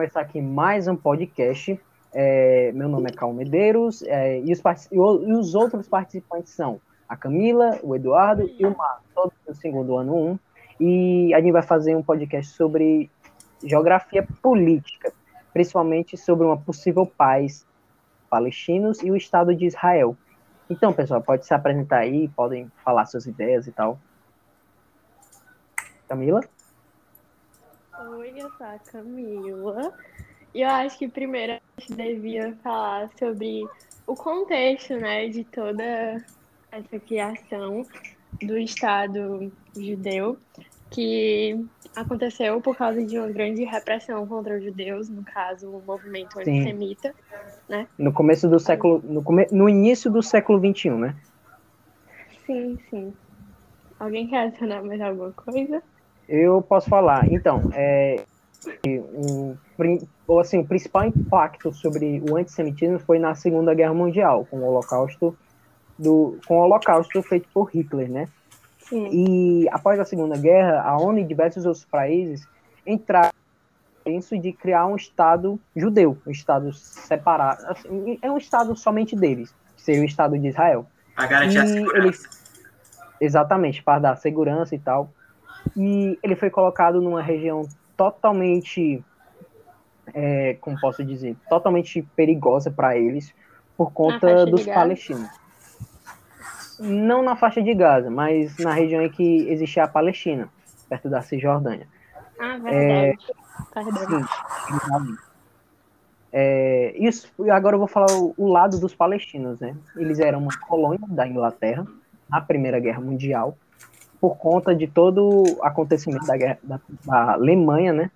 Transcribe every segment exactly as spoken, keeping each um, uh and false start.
começar aqui mais um podcast. É, meu nome é Cal Medeiros é, e, os e, os outros participantes são a Camila, o Eduardo e o Marcos, todos do segundo ano um. E a gente vai fazer um podcast sobre geografia política, principalmente sobre uma possível paz palestinos e o Estado de Israel. Então, pessoal, pode se apresentar aí, podem falar suas ideias e tal. Camila? Oi, eu sou a Camila. E eu acho que primeiro a gente devia falar sobre o contexto, né, de toda essa criação do Estado judeu, que aconteceu por causa de uma grande repressão contra os judeus, no caso, o movimento Sim. antissemita, né? No começo do século, no, come, no início do século vinte e um, né? Sim, sim. Alguém quer adicionar mais alguma coisa? Eu posso falar. Então, é, um, assim, o principal impacto sobre o antissemitismo foi na Segunda Guerra Mundial, com o Holocausto do, com o Holocausto feito por Hitler, né? Sim. E após a Segunda Guerra, a ONU e diversos outros países entraram isso de criar um Estado judeu, um Estado separado, assim, é um Estado somente deles, que seria o Estado de Israel. Para garantir a segurança. Ele, exatamente, para dar segurança e tal. E ele foi colocado numa região totalmente, é, como posso dizer, totalmente perigosa para eles, por conta dos palestinos. Não na faixa de Gaza, mas na região em que existia a Palestina, perto da Cisjordânia. Ah, verdade. É, sim, é, isso, agora eu vou falar o, o lado dos palestinos, né? Eles eram uma colônia da Inglaterra na Primeira Guerra Mundial, por conta de todo o acontecimento da, guerra, da, da Alemanha, né?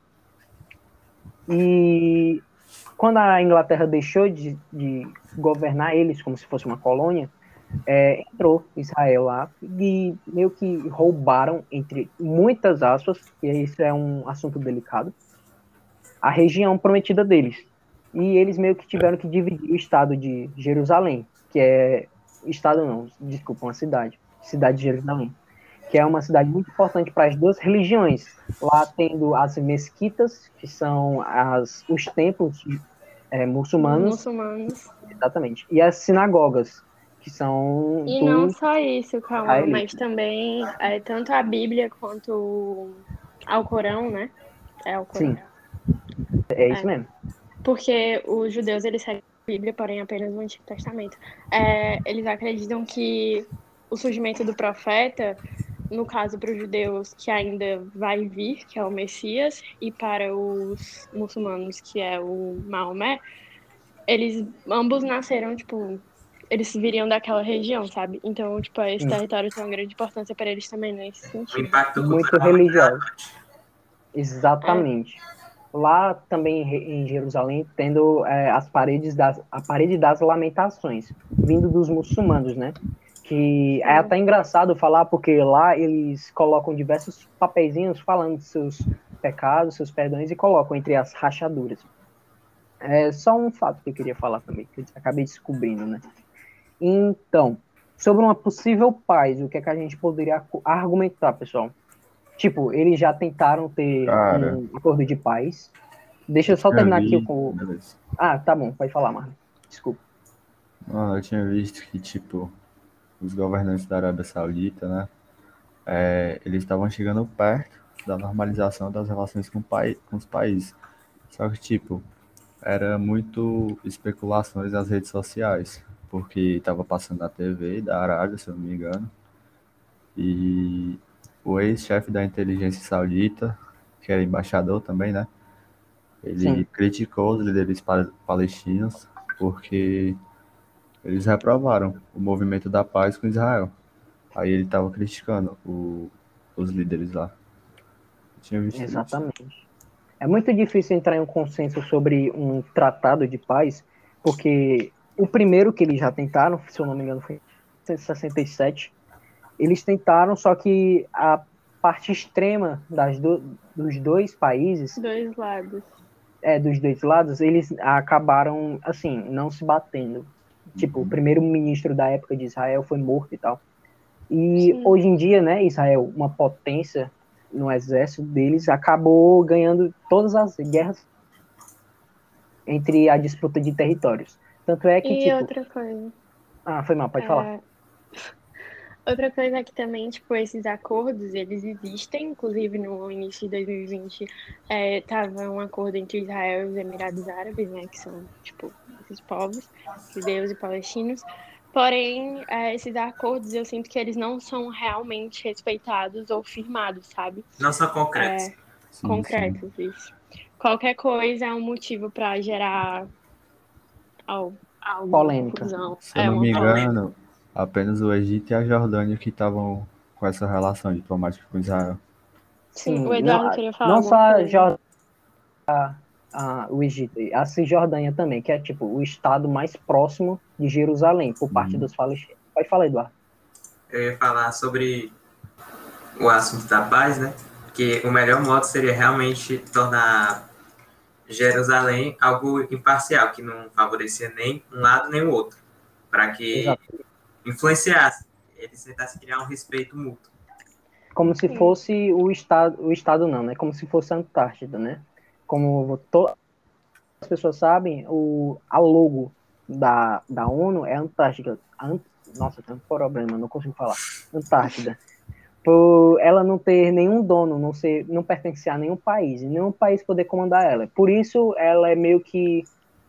E quando a Inglaterra deixou de, de governar eles como se fosse uma colônia, é, entrou Israel lá e meio que roubaram, entre muitas aspas, e isso é um assunto delicado, a região prometida deles. E eles meio que tiveram que dividir o estado de Jerusalém, que é... Estado não, desculpa, uma cidade. Cidade de Jerusalém. Que é uma cidade muito importante para as duas religiões. Lá tendo as mesquitas, que são as, os templos é, muçulmanos. Muçulmanos. Exatamente. E as sinagogas, que são E dos... não só isso, calma, mas também é, tanto a Bíblia quanto ao Corão, né? É o Corão. Sim, é isso é. mesmo. Porque os judeus, eles seguem a Bíblia, porém apenas o Antigo Testamento. É, eles acreditam que o surgimento do profeta, no caso para os judeus, que ainda vai vir, que é o Messias, e para os muçulmanos, que é o Maomé, eles ambos nasceram, tipo, eles viriam daquela região, sabe? Então, tipo, esse hum. território tem uma grande importância para eles também nesse sentido. O impacto muito religioso. Exatamente. É. Lá também em Jerusalém, tendo é, as paredes das, a parede das lamentações, vindo dos muçulmanos, né? Que é até engraçado falar, porque lá eles colocam diversos papeizinhos falando de seus pecados, seus perdões, e colocam entre as rachaduras. É só um fato que eu queria falar também, que eu acabei descobrindo, né? Então, sobre uma possível paz, o que é que a gente poderia argumentar, pessoal? Tipo, eles já tentaram ter Cara, um acordo de paz. Deixa eu só eu terminar vi, aqui com o... Beleza. Ah, tá bom, pode falar, Marlon. Desculpa. Mano, eu tinha visto que, tipo, os governantes da Arábia Saudita, né, é, eles estavam chegando perto da normalização das relações com, pai, com os países. Só que, tipo, era muito especulações nas redes sociais, porque estava passando na T V da Arábia, se eu não me engano, e o ex-chefe da inteligência saudita, que era embaixador também, né, ele Sim. criticou os líderes palestinos porque eles reprovaram o movimento da paz com Israel. Aí ele estava criticando o, os líderes lá. Eu tinha visto Exatamente. Isso. É muito difícil entrar em um consenso sobre um tratado de paz, porque o primeiro que eles já tentaram, se eu não me engano, foi em mil novecentos e sessenta e sete. Eles tentaram, só que a parte extrema das do, dos dois países... Dois lados. É, dos dois lados, eles acabaram, assim, não se batendo. Tipo, o primeiro-ministro da época de Israel foi morto e tal. E Sim. hoje em dia, né, Israel, uma potência no exército deles, acabou ganhando todas as guerras entre a disputa de territórios. Tanto é que, E tipo... outra coisa. Ah, foi mal, pode falar. É, outra coisa é que também, tipo, esses acordos, eles existem, inclusive no início de dois mil e vinte, é, tava um acordo entre Israel e os Emirados Árabes, né, que são, tipo, esses povos, judeus e palestinos. Porém, é, esses acordos, eu sinto que eles não são realmente respeitados ou firmados, sabe? Não são concretos. É, Sim, sim. concretos, isso. Qualquer coisa é um motivo para gerar al- alguma Polêmica. confusão. Se eu É não uma me polêmica. engano, apenas o Egito e a Jordânia que estavam com essa relação diplomática com Israel. Sim, o Sim, não, Eduardo queria falar não só alguma a coisa. Jordânia, a, o Egito, a Cisjordânia também, que é tipo o estado mais próximo de Jerusalém, por parte Uhum. dos palestinos. Pode falar, Eduardo. Eu ia falar sobre o assunto da paz, né? Que o melhor modo seria realmente tornar Jerusalém algo imparcial, que não favorecia nem um lado nem o outro, para que Exato. influenciasse, eles tentassem criar um respeito mútuo. Como se Sim. fosse o estado, o estado não, né? Como se fosse a Antártida, né? Como todas as pessoas sabem, o, a logo da, da ONU é Antártida. Ant, nossa, tem um problema, não consigo falar. Antártida. Por ela não ter nenhum dono, não ser, não pertencer a nenhum país, e nenhum país poder comandar ela. Por isso, ela é meio que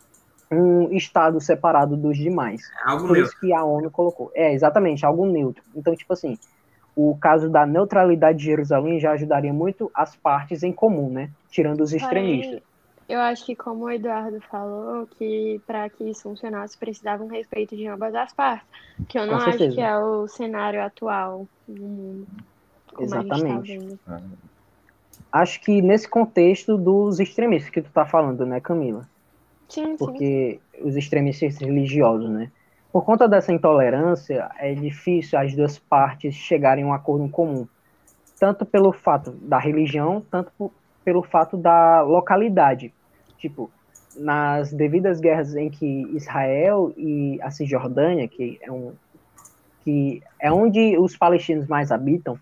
um estado separado dos demais. É algo Por isso neutro. que a ONU colocou. É, exatamente, algo neutro. Então, tipo assim, o caso da neutralidade de Jerusalém já ajudaria muito as partes em comum, né? Tirando os extremistas. Porém, eu acho que como o Eduardo falou, que para que isso funcionasse precisava um respeito de ambas as partes, que eu Com não acho que certeza. é o cenário atual no mundo, como a gente está Exatamente. vendo. É, Acho que nesse contexto dos extremistas que tu tá falando, né, Camila? Sim, sim. Porque os extremistas religiosos, né? Por conta dessa intolerância, é difícil as duas partes chegarem a um acordo em comum, tanto pelo fato da religião, tanto por- pelo fato da localidade. Tipo, nas devidas guerras em que Israel e a Cisjordânia, que é um que é onde os palestinos mais habitam,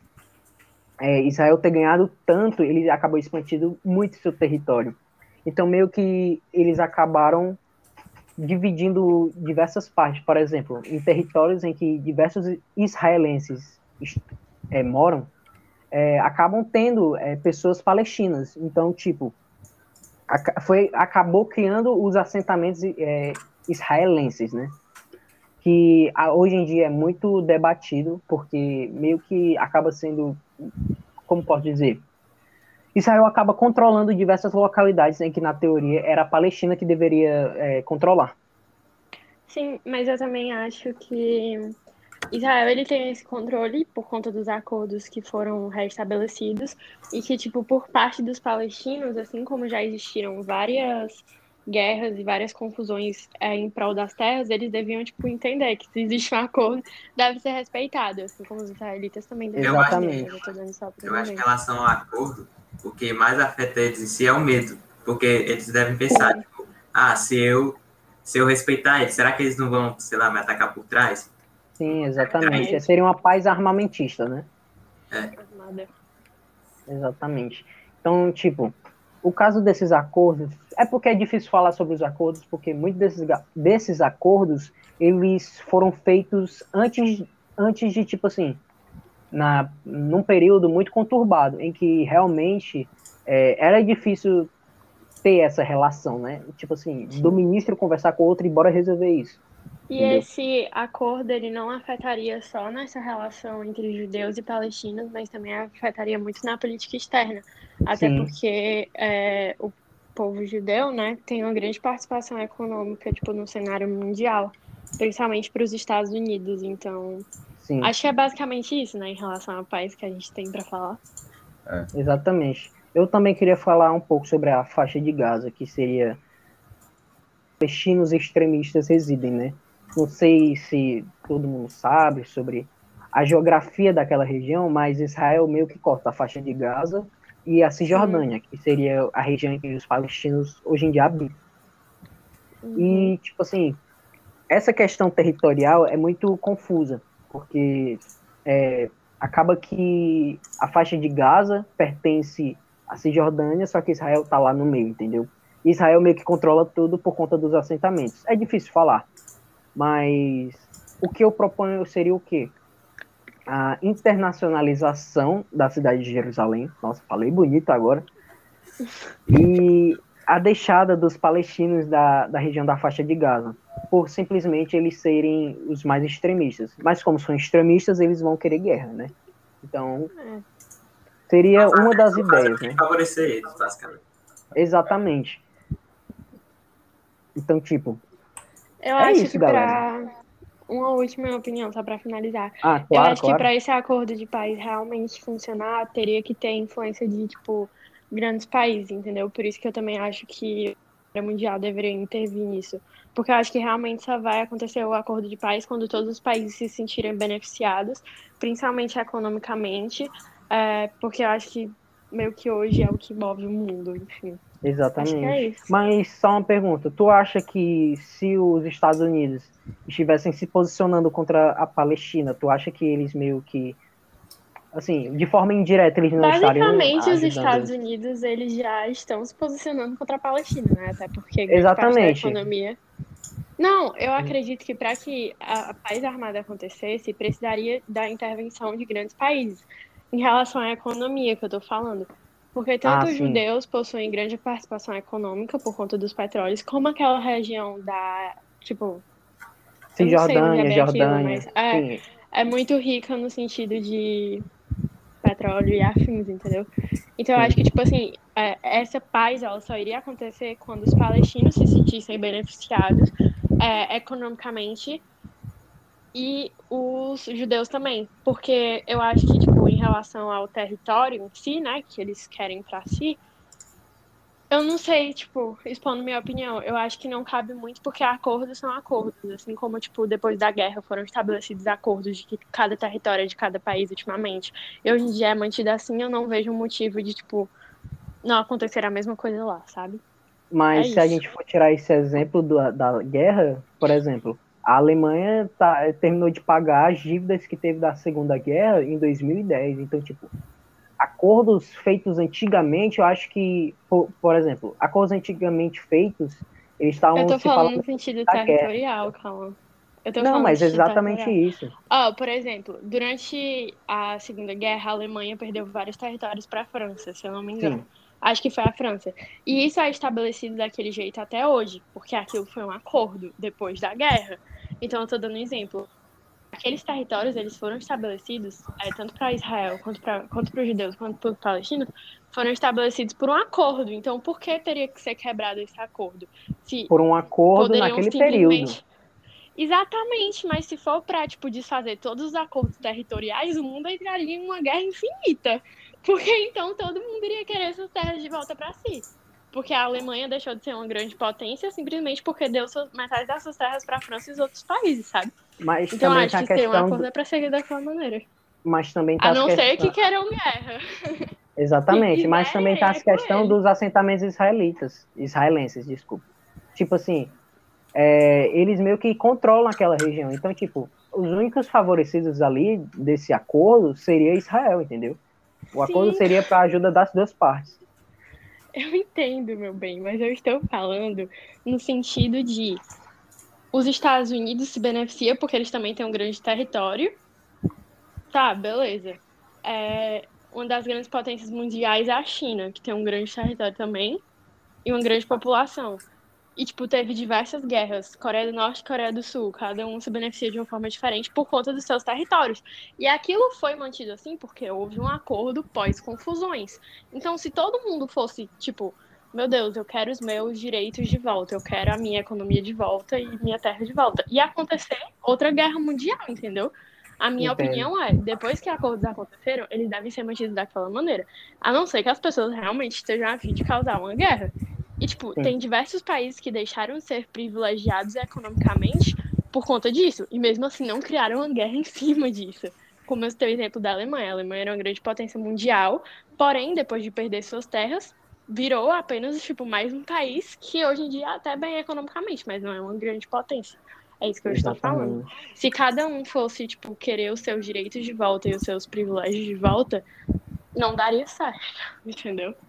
é, Israel ter ganhado tanto, ele acabou expandindo muito seu território. Então, meio que eles acabaram dividindo diversas partes. Por exemplo, em territórios em que diversos israelenses é, moram, é, acabam tendo é, pessoas palestinas. Então, tipo, foi, acabou criando os assentamentos é, israelenses, né? Que a, hoje em dia é muito debatido, porque meio que acaba sendo, como posso dizer, Israel acaba controlando diversas localidades em que, na teoria, era a Palestina que deveria é, controlar. Sim, mas eu também acho que Israel ele tem esse controle por conta dos acordos que foram restabelecidos e que, tipo, por parte dos palestinos, assim como já existiram várias guerras e várias confusões é, em prol das terras, eles deviam, tipo, entender que se existe um acordo, deve ser respeitado, assim como os israelitas também devem Eu acho entender, que, mas eu tô dando só por eu um acho que em exemplo. relação ao acordo, o que mais afeta eles em si é o medo. Porque eles devem pensar, Sim, tipo, ah, se eu, se eu respeitar eles, será que eles não vão, sei lá, me atacar por trás? Sim, Devem trair. exatamente. é, Seria uma paz armamentista, né? É, armada. Exatamente. Então, tipo, o caso desses acordos, é porque é difícil falar sobre os acordos, porque muitos desses, desses acordos, eles foram feitos antes, antes de, tipo assim, na, num período muito conturbado, em que realmente é, era difícil ter essa relação, né? Tipo assim, do Sim. ministro conversar com o outro e bora resolver isso, E entendeu? esse acordo ele não afetaria só nessa relação entre judeus e palestinos, mas também afetaria muito na política externa, até Sim, porque é, o povo judeu, né, tem uma grande participação econômica, tipo, no cenário mundial, principalmente para os Estados Unidos. Então, sim, acho que é basicamente isso, né, em relação ao país que a gente tem para falar. é. exatamente. Eu também queria falar um pouco sobre a faixa de Gaza, que seria palestinos extremistas residem, né? Não sei se todo mundo sabe sobre a geografia daquela região, mas Israel meio que corta a faixa de Gaza e a Sim. Cisjordânia, que seria a região em que os palestinos hoje em dia habitam. Uhum. E, tipo assim, essa questão territorial é muito confusa, porque é, acaba que a faixa de Gaza pertence à Cisjordânia, só que Israel está lá no meio, entendeu? Israel meio que controla tudo por conta dos assentamentos. É difícil falar, mas o que eu proponho seria o quê? A internacionalização da cidade de Jerusalém. Nossa, falei bonito agora. E a deixada dos palestinos da, da região da faixa de Gaza, por simplesmente eles serem os mais extremistas. Mas como são extremistas, eles vão querer guerra, né? Então, seria uma das ideias, né? Favorecer eles, basicamente. Exatamente. Então, tipo, Eu é acho isso, que galera. para uma última opinião, só para finalizar. Ah, Eu claro, acho que claro. para esse acordo de paz realmente funcionar, teria que ter influência de, tipo, grandes países, entendeu? Por isso que eu também acho que a mundial deveria intervir nisso. Porque eu acho que realmente só vai acontecer o acordo de paz quando todos os países se sentirem beneficiados, principalmente economicamente, é, porque eu acho que meio que hoje é o que move o mundo, enfim. Acho que é Exatamente. isso. Mas só uma pergunta. Tu acha que se os Estados Unidos estivessem se posicionando contra a Palestina, tu acha que eles meio que, assim, de forma indireta, eles não estariam Basicamente, os Estados ajudando? Unidos eles já estão se posicionando contra a Palestina, né? Até porque grande parte da Exatamente. economia. Não, eu acredito que para que a, a paz armada acontecesse, precisaria da intervenção de grandes países em relação à economia que eu tô falando. Porque Ah, tanto os sim. judeus possuem grande participação econômica por conta dos petróleos, como aquela região da, tipo, eu não sei onde é Cisjordânia, bem aquilo, mas Jordânia. é, Sim, é muito rica no sentido de petróleo e afins, entendeu? Então, eu acho sim. que, tipo assim, é, essa paz, ela só iria acontecer quando os palestinos se sentissem beneficiados é, economicamente e os judeus também. Porque eu acho que, tipo, em relação ao território em si, né, que eles querem pra si, eu não sei, tipo, expondo minha opinião, eu acho que não cabe muito porque acordos são acordos, assim como, tipo, depois da guerra foram estabelecidos acordos de que cada território é de cada país ultimamente. E hoje em dia é mantido assim, eu não vejo um motivo de, tipo, não acontecer a mesma coisa lá, sabe? É Mas se a isso. gente for tirar esse exemplo do, da guerra, por exemplo, a Alemanha tá, terminou de pagar as dívidas que teve da Segunda Guerra em dois mil e dez. Então, tipo, acordos feitos antigamente, eu acho que, por, por exemplo, acordos antigamente feitos, eles Eu estavam tô se falando falando no sentido da guerra. territorial, calma. Eu tô Não, falando no mas é sentido exatamente territorial. isso. Ó, por exemplo, durante a Segunda Guerra, a Alemanha perdeu vários territórios para a França, se eu não me engano. Sim, Acho que foi a França. E isso é estabelecido daquele jeito até hoje, porque aquilo foi um acordo depois da guerra. Então, eu tô dando um exemplo. Aqueles territórios, eles foram estabelecidos, é, tanto para Israel, quanto para quanto para os judeus, quanto para os palestinos, foram estabelecidos por um acordo. Então, por que teria que ser quebrado esse acordo? Se por um acordo poderiam naquele período. simplesmente. Exatamente, mas se for para, tipo, desfazer todos os acordos territoriais, o mundo entraria em uma guerra infinita. Porque então todo mundo iria querer essas terras de volta para si. Porque a Alemanha deixou de ser uma grande potência simplesmente porque deu suas, metade das suas terras para a França e os outros países, sabe? Mas Então também acho tem a que ter um questão, acordo do, é para seguir daquela maneira. mas também A tá as não ser que questões, queiram guerra. Se exatamente, mas também quiserem, tá aí as é com questão eles. dos assentamentos israelitas, israelenses, desculpa. Tipo assim, é, eles meio que controlam aquela região. Então, tipo, os únicos favorecidos ali desse acordo seria Israel, entendeu? O acordo Sim, seria para a ajuda das duas partes. eu entendo, meu bem, mas eu estou falando no sentido de os Estados Unidos se beneficiam porque eles também têm um grande território. Tá, beleza. É, uma das grandes potências mundiais é a China, que tem um grande território também e uma grande população. E, tipo, teve diversas guerras, Coreia do Norte e Coreia do Sul, cada um se beneficia de uma forma diferente por conta dos seus territórios. E aquilo foi mantido assim porque houve um acordo pós-confusões. Então, se todo mundo fosse, tipo, meu Deus, eu quero os meus direitos de volta, eu quero a minha economia de volta e minha terra de volta, ia acontecer outra guerra mundial, entendeu? A minha Entendo. opinião é, depois que acordos aconteceram, eles devem ser mantidos daquela maneira. A não ser que as pessoas realmente estejam a fim de causar uma guerra. E, tipo, Sim, tem diversos países que deixaram de ser privilegiados economicamente por conta disso. E mesmo assim não criaram uma guerra em cima disso. Como eu tenho o exemplo da Alemanha. A Alemanha era uma grande potência mundial, porém, depois de perder suas terras, virou apenas, tipo, mais um país que hoje em dia é até bem economicamente, mas não é uma grande potência. É isso que eu estou falando. exatamente. Se cada um fosse, tipo, querer os seus direitos de volta e os seus privilégios de volta, não daria certo, entendeu?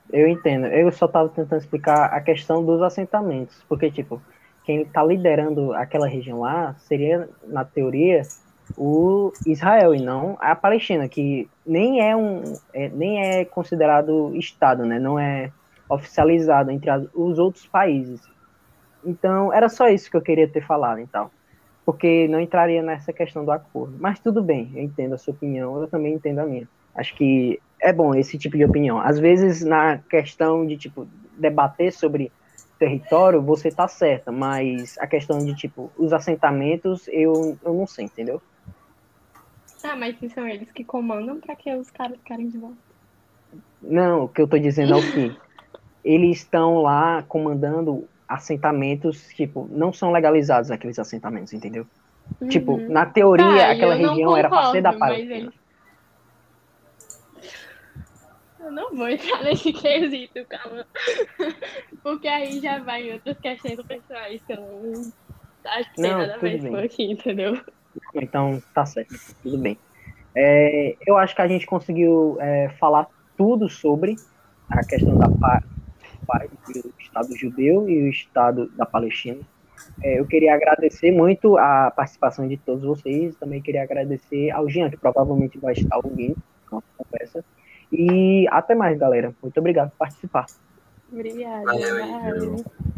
Eu entendo. Eu só estava tentando explicar a questão dos assentamentos, porque, tipo, quem está liderando aquela região lá seria, na teoria, o Israel e não a Palestina, que nem é um, é, nem é considerado Estado, né? Não é oficializado entre as, os outros países. Então, era só isso que eu queria ter falado, então, porque não entraria nessa questão do acordo. Mas tudo bem, eu entendo a sua opinião, eu também entendo a minha. Acho que é bom esse tipo de opinião. Às vezes, na questão de, tipo, debater sobre território, você tá certa, mas a questão de, tipo, os assentamentos, eu, eu não sei, entendeu? Ah, mas se são eles que comandam, pra que os caras ficarem de volta? Não, o que eu tô dizendo é o quê? Eles estão lá comandando assentamentos, tipo, não são legalizados aqueles assentamentos, entendeu? Tipo, Uhum. na teoria, Tá, e aquela eu não região era para ser da concordo, mas Palestina. eles. Eu não vou entrar nesse quesito, calma. Porque aí já vai em outras questões pessoais que eu não acho que tem Não, nada a ver tudo isso bem. aqui, entendeu? Então, tá certo, tudo bem. É, eu acho que a gente conseguiu é, falar tudo sobre a questão da paz entre o Estado judeu e o Estado da Palestina. É, eu queria agradecer muito a participação de todos vocês, também queria agradecer ao Jean, que provavelmente vai estar ouvindo a nossa conversa. E até mais, galera. Muito obrigado por participar. Obrigada, Valeu aí. bye.